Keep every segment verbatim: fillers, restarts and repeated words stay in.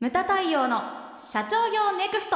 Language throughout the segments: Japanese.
ムタ太陽の社長業ネクスト。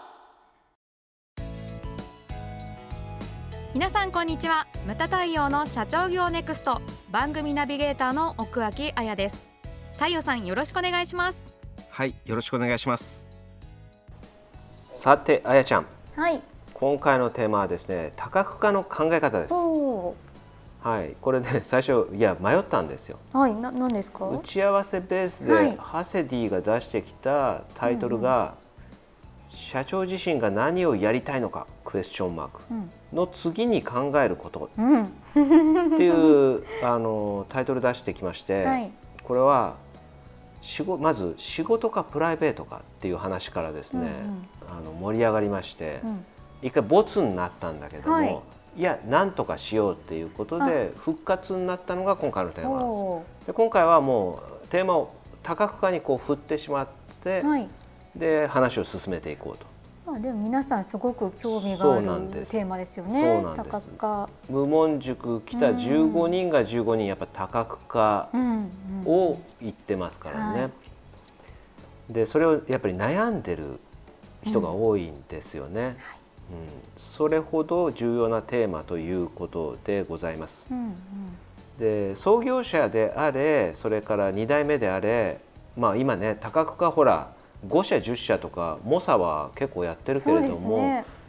皆さんこんにちは。ムタ太陽の社長業ネクスト番組ナビゲーターの奥脇彩です。太陽さん、よろしくお願いします。 はい、よろしくお願いします。さて、彩ちゃん、 はい、 今回のテーマはですね、多角化の考え方です。はい、これで、ね、最初いや迷ったんですよ。 はい、な、何ですか？ 打ち合わせベースで、はい、ハセディが出してきたタイトルが、うんうん、社長自身が何をやりたいのかクエスチョンマークの次に考えること、うん、っていうあのタイトル出してきまして、はい、これは仕事まず仕事かプライベートかっていう話からですね、うんうん、あの盛り上がりまして、うん、一回ボツになったんだけども、はい、いや何とかしようっていうことで復活になったのが今回のテーマなんです。で今回はもうテーマを多角化にこう振ってしまって、はい、で話を進めていこうと。 まあ、でも皆さんすごく興味があるテーマですよね。多角化。無門塾来たじゅうごにんがじゅうごにんやっぱ多角化を言ってますからね。でそれをやっぱり悩んでる人が多いんですよね。うんはいうん、それほど重要なテーマということでございます。うんうん、で創業者であれ、それからに代目であれ、まあ、今ね多角化ほらご社じゅっ社とかモサは結構やってるけれども、ねうん、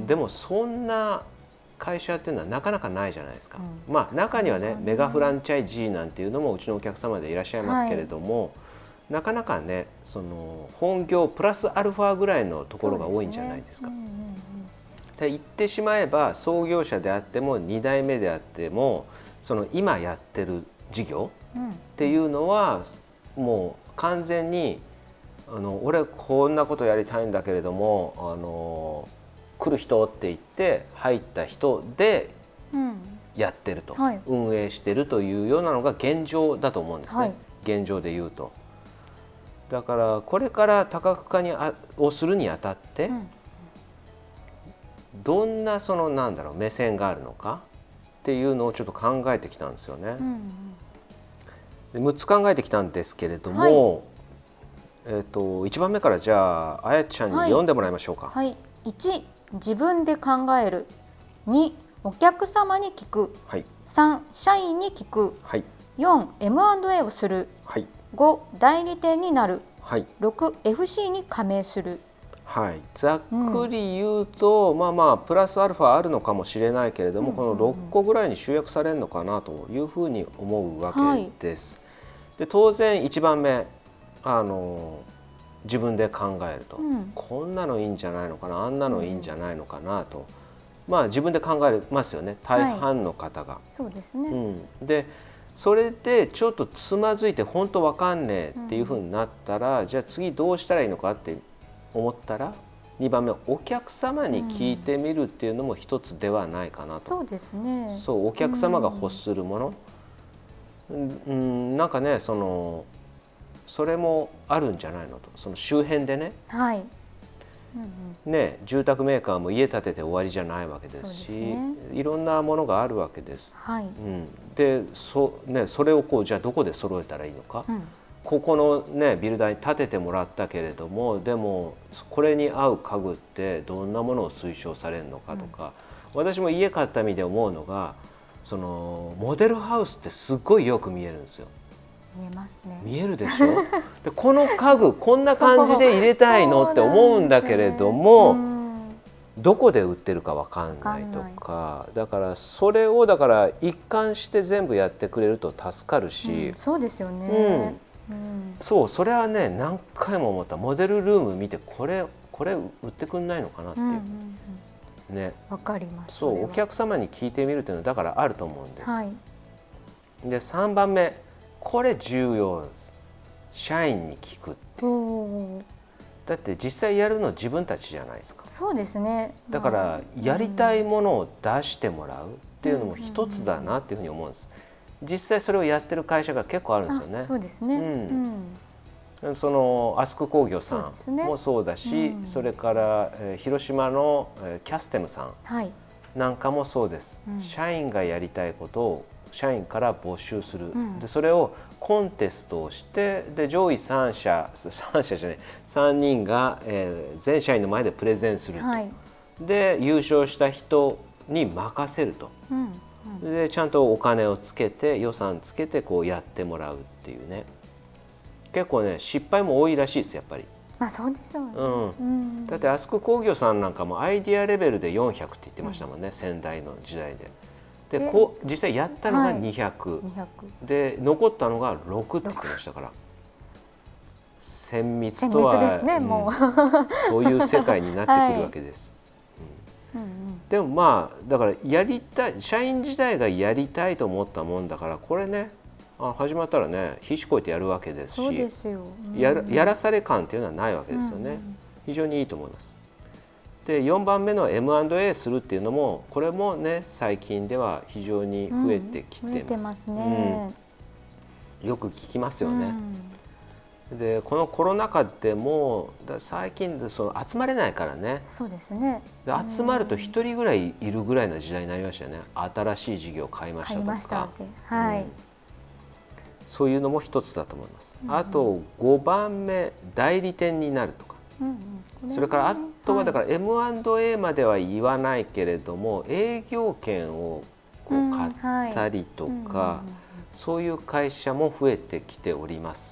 でもそんな会社っていうのはなかなかないじゃないですか。うん、まあ中にはねメガフランチャイジーなんていうのもうちのお客様でいらっしゃいますけれども、はい、なかなかねその本業プラスアルファぐらいのところが多いんじゃないですか。で言ってしまえば創業者であってもに代目であってもその今やってる事業っていうのはもう完全にあの俺こんなことやりたいんだけれどもあの来る人って言って入った人でやってると、うんはい、運営してるというようなのが現状だと思うんですね、はい、現状で言うと。だからこれから多角化にあをするにあたって、うんどんなそのなんだろう目線があるのかっていうのをちょっと考えてきたんですよね。うんうん、でむっつ考えてきたんですけれども、はいえー、といちばんめからじゃああやちゃんに読んでもらいましょうか。 はいはい、いち自分で考える、にお客様に聞く、はい、さん社員に聞く、はい、よんエムアンドエー をする、はい、ご代理店になる、はい、ろくエフシー に加盟する。 はい、ざっくり言うと、うん、まあまあプラスアルファあるのかもしれないけれども、うんうんうん、このろっこぐらいに集約されるのかなというふうに思うわけです。はい、で当然いちばんめあの自分で考えると、うん、こんなのいいんじゃないのかなあんなのいいんじゃないのかなと、うん、まあ自分で考えますよね大半の方が。はい、 そうですね、 うん、でそれでちょっとつまずいて本当わかんねえっていうふうになったら、うん、じゃあ次どうしたらいいのかって思ったらにばんめお客様に聞いてみるっていうのも一つではないかなと。 そうですね。 そうお客様が欲するもの、うん、うんなんかねそのそれもあるんじゃないのとその周辺でね。はい。うんうん、ね住宅メーカーも家建てて終わりじゃないわけですし、ね、いろんなものがあるわけです。はい。うん、で そ,、ね、それをこうじゃあどこで揃えたらいいのか。うんここのねビルダーに建ててもらったけれどもでもこれに合う家具ってどんなものを推奨されるのかとか、うん、私も家買った身で思うのがそのモデルハウスってすごいよく見えるんですよ。 見えますね。 見えるでしょでこの家具こんな感じで入れたいのって思うんだけれども、どこで売ってるか分かんないとかだからそれをだから一貫して全部やってくれると助かるし、 うん、そうですよね。 うんうん、そうそれはね何回も思った。モデルルーム見てこれこれ売ってくんないのかなっていう、うんうんうん、ねわかります。 そうお客様に聞いてみるっていうのはだからあると思うんです、はい、でさんばんめこれ重要です。社員に聞くっていう。だって実際やるの自分たちじゃないですか。 そうですね。 だからやりたいものを出してもらうっていうのも一つだなっていうふうに思うんです。実際それをやってる会社が結構あるんですよね。 そうですね、うんうん、そのアスク工業さんもそうだし そ,、ねうん、それから、えー、広島の、えー、キャステムさんなんかもそうです、はい、社員がやりたいことを社員から募集する、うん、でそれをコンテストをして、で上位さん社さん社じゃないさんにんが、えー、全社員の前でプレゼンすると、はい、で優勝した人に任せると、うんうん、でちゃんとお金をつけて予算つけてこうやってもらうっていうね、結構ね失敗も多いらしいですやっぱり。 まあそうでしょうね、 うんうん、だってアスク工業さんなんかもアイディアレベルでよんひゃくって言ってましたもんね、うん、先代の時代で。でこう実際やったのがにひゃく、はい、にひゃくで残ったのがろくって言ってましたから、綿密とは、ですね、もうそういう世界になってくるわけです、はい、うんうん、でもまあだからやりたい社員自体がやりたいと思ったもんだから、これねあ始まったらね必死こいてやるわけですし、 そうですよ、 うん、やら、やらされ感っていうのはないわけですよね、うんうん、非常にいいと思います。でよんばんめの エムアンドエー するっていうのも、これもね最近では非常に増えてきてます、うん、増えてますね、うん、よく聞きますよね、うん、でこのコロナ禍でも最近でその集まれないからね。 そうですね、 で集まるとひとりぐらいいるぐらいの時代になりましたよね。新しい事業を買いましたとか、買いましたって、はい、うん、そういうのも一つだと思います、うんうん、あとごばんめ代理店になるとか、うんうん、それからあとはだから エムアンドエー までは言わないけれども、営業権をこう買ったりとか、そういう会社も増えてきております、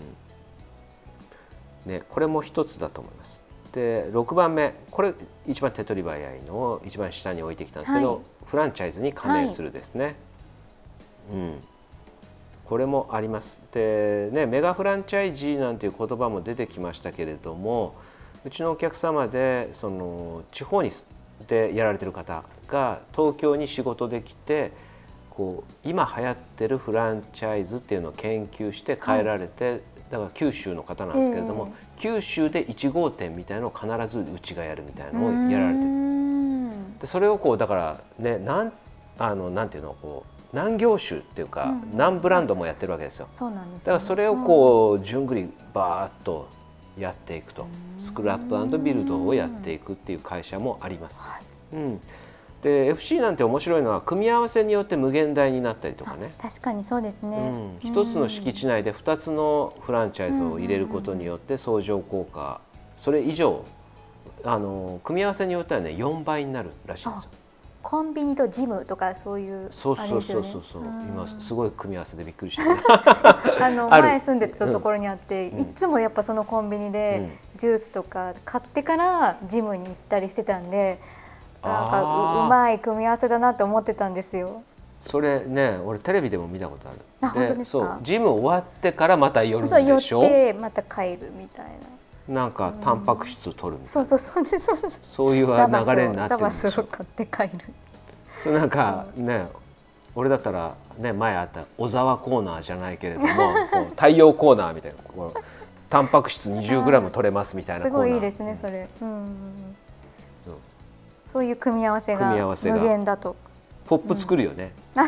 うんね、これも一つだと思います。でろくばんめ、これ一番手っ取り早いのを一番下に置いてきたんですけど、はい、フランチャイズに加盟するですね、はい、うん、これもあります。で、ね、メガフランチャイジーなんていう言葉も出てきましたけれども、うちのお客様でその地方にでやられてる方が東京に仕事できて、こう今流行ってるフランチャイズっていうのを研究して変えられて、はい、だから九州の方なんですけれども、九州でいち号店みたいなのを必ずうちがやるみたいなのをやられてる。でそれをこうだからね、なんあのなんていうのこう何業種っていうか、うん、何ブランドもやってるわけですよ。そうなんですね。だからそれをこう順繰りバーッとやっていくと、スクラップ&ビルドをやっていくっていう会社もあります、はい、うん、で エフシー なんて面白いのは組み合わせによって無限大になったりとかね。 確かにそうですね、 うん、一つの敷地内でふたつのフランチャイズを入れることによって相乗効果、それ以上あの組み合わせによってはねよんばいになるらしいんですよ。 コンビニとジムとかそういうそうそうそうそうそう、今すごい組み合わせでびっくりした、ね、 あの前住んでたところにあって、うん、いつもやっぱそのコンビニでジュースとか買ってからジムに行ったりしてたんで、なんか う, うまい組み合わせだなと思ってたんですよ。 それね、俺テレビでも見たことある。 あ、本当ですか。 そう、ジム終わってからまた寄るんでしょ。 そう、寄ってまた帰るみたいな。 なんかタンパク質取るみたいな、 うん、そうそうそうそうそういう流れになってるんでしょ。ザバスを買って帰る。 それなんかね、俺だったらね、前あった小沢コーナーじゃないけれどもこう太陽コーナーみたいな、こうタンパク質 にじゅうグラム 取れますみたいなコーナー。 すごいいいですねそれ、うん、そう、そういう組み合わせが無限だと。 ポップ作るよね、うん、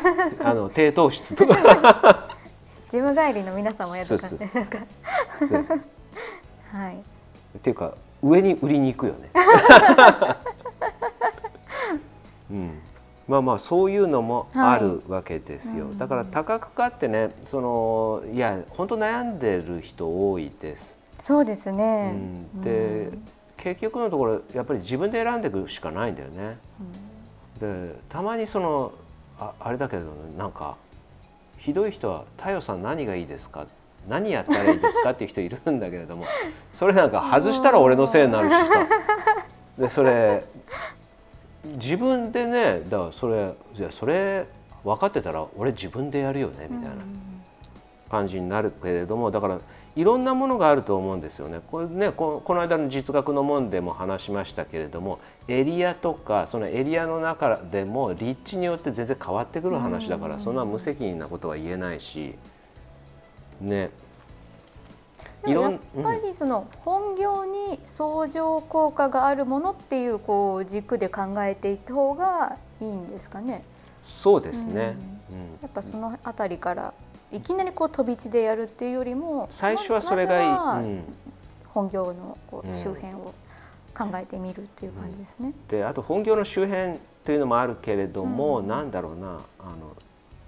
あの低糖質とかジム帰りの皆さんもやる感じ。はい。 っていうか上に売りに行くよね。うん、まあまあそういうのもあるわけですよ、はい、だから多角化ってね、そのいや本当悩んでる人多いです。 そうですね、 うん、で、うん、結局のところやっぱり自分で選んでいくしかないんだよね、うん、でたまにその あ, あれだけどなんかひどい人は太陽さん何がいいですか、何やったらいいですかっていう人いるんだけれども、それなんか外したら俺のせいになるしさ、でそれ自分でね、だからそれいやそれ分かってたら俺自分でやるよねみたいな感じになるけれども、だからいろんなものがあると思うんですよね。これね、この間の実学の門でも話しましたけれども、エリアとかそのエリアの中でも立地によって全然変わってくる話だから、そんな無責任なことは言えないしね。 でもやっぱりその本業に相乗効果があるものっていうこう軸で考えていった方がいいんですかね。 そうですね、 うんうん、やっぱそのあたりからいきなりこう飛び地でやるっていうよりも、 最初はそれがいい、まずは本業のこう周辺を考えてみるっていう感じですね、 うん、であと本業の周辺というのもあるけれども、うん、なんだろうな、あの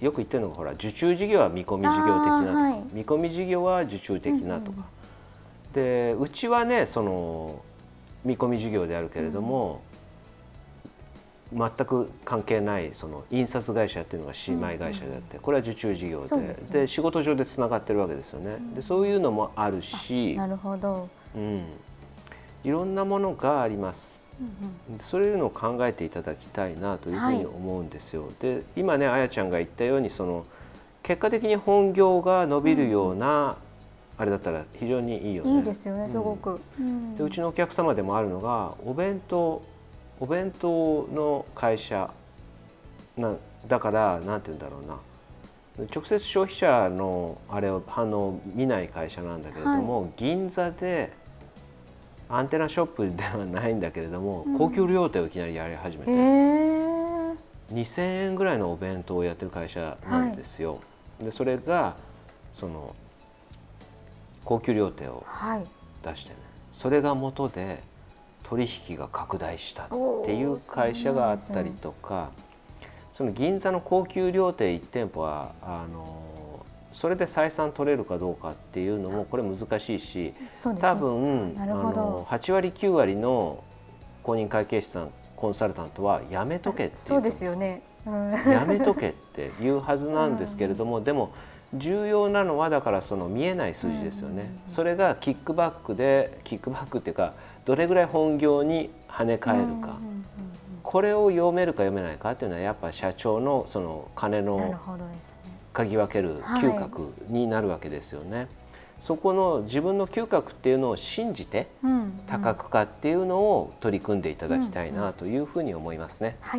よく言ってるのがほら受注事業は見込み事業的なとか、はい、見込み事業は受注的なとか、うんうん、でうちはねその見込み事業であるけれども、うん、全く関係ないその印刷会社っていうのが姉妹会社であって、これは受注事業 で, で、ね、で仕事上でつながってるわけですよね、うん、でそういうのもあるし、 なるほど、 うん、いろんなものがあります。うんうん、そういうのを考えていただきたいなというふうに思うんですよ。はい、で今ねあやちゃんが言ったようにその結果的に本業が伸びるような、うん、あれだったら非常にいいよね。 いいですよねすごく、 うん、でうちのお客様でもあるのがお弁当お弁当の会社なだからなんて言うんだろうな、直接消費者のあれを反応を見ない会社なんだけれども、はい、銀座でアンテナショップではないんだけれども、うん、高級料亭をいきなりやり始めて、にせんえんぐらいのお弁当をやってる会社なんですよ。はい、でそれがその高級料亭を出してね、はい、それが元で取引が拡大したっていう会社があったりとか、その銀座の高級料亭いち店舗はあのそれで採算取れるかどうかっていうのもこれ難しいし、ね、多分あのはち割きゅう割の公認会計士さんコンサルタントはやめとけっていうそうですよね、 うん、やめとけっていうはずなんですけれども、うん、でも重要なのはだからその見えない数字ですよね、うんうんうん、それがキックバックでキックバックっていうかどれぐらい本業に跳ね返るか、うんうんうんうん、これを読めるか読めないかっていうのはやっぱ社長のその金の嗅ぎ分ける嗅覚になるわけですよね、はい、そこの自分の嗅覚っていうのを信じて多角化っていうのを取り組んでいただきたいなというふうに思いますね、 はい、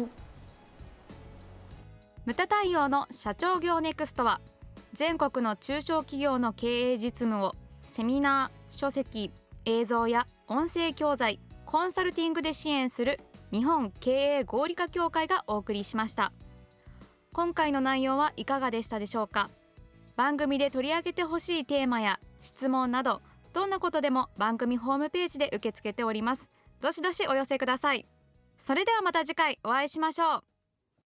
ムタ太陽の社長業ネクストは全国の中小企業の経営実務をセミナー、書籍、映像や音声教材、コンサルティングで支援する日本経営合理化協会がお送りしました。今回の内容はいかがでしたでしょうか。番組で取り上げてほしいテーマや質問などどんなことでも番組ホームページで受け付けております。どしどしお寄せください。それではまた次回お会いしましょう。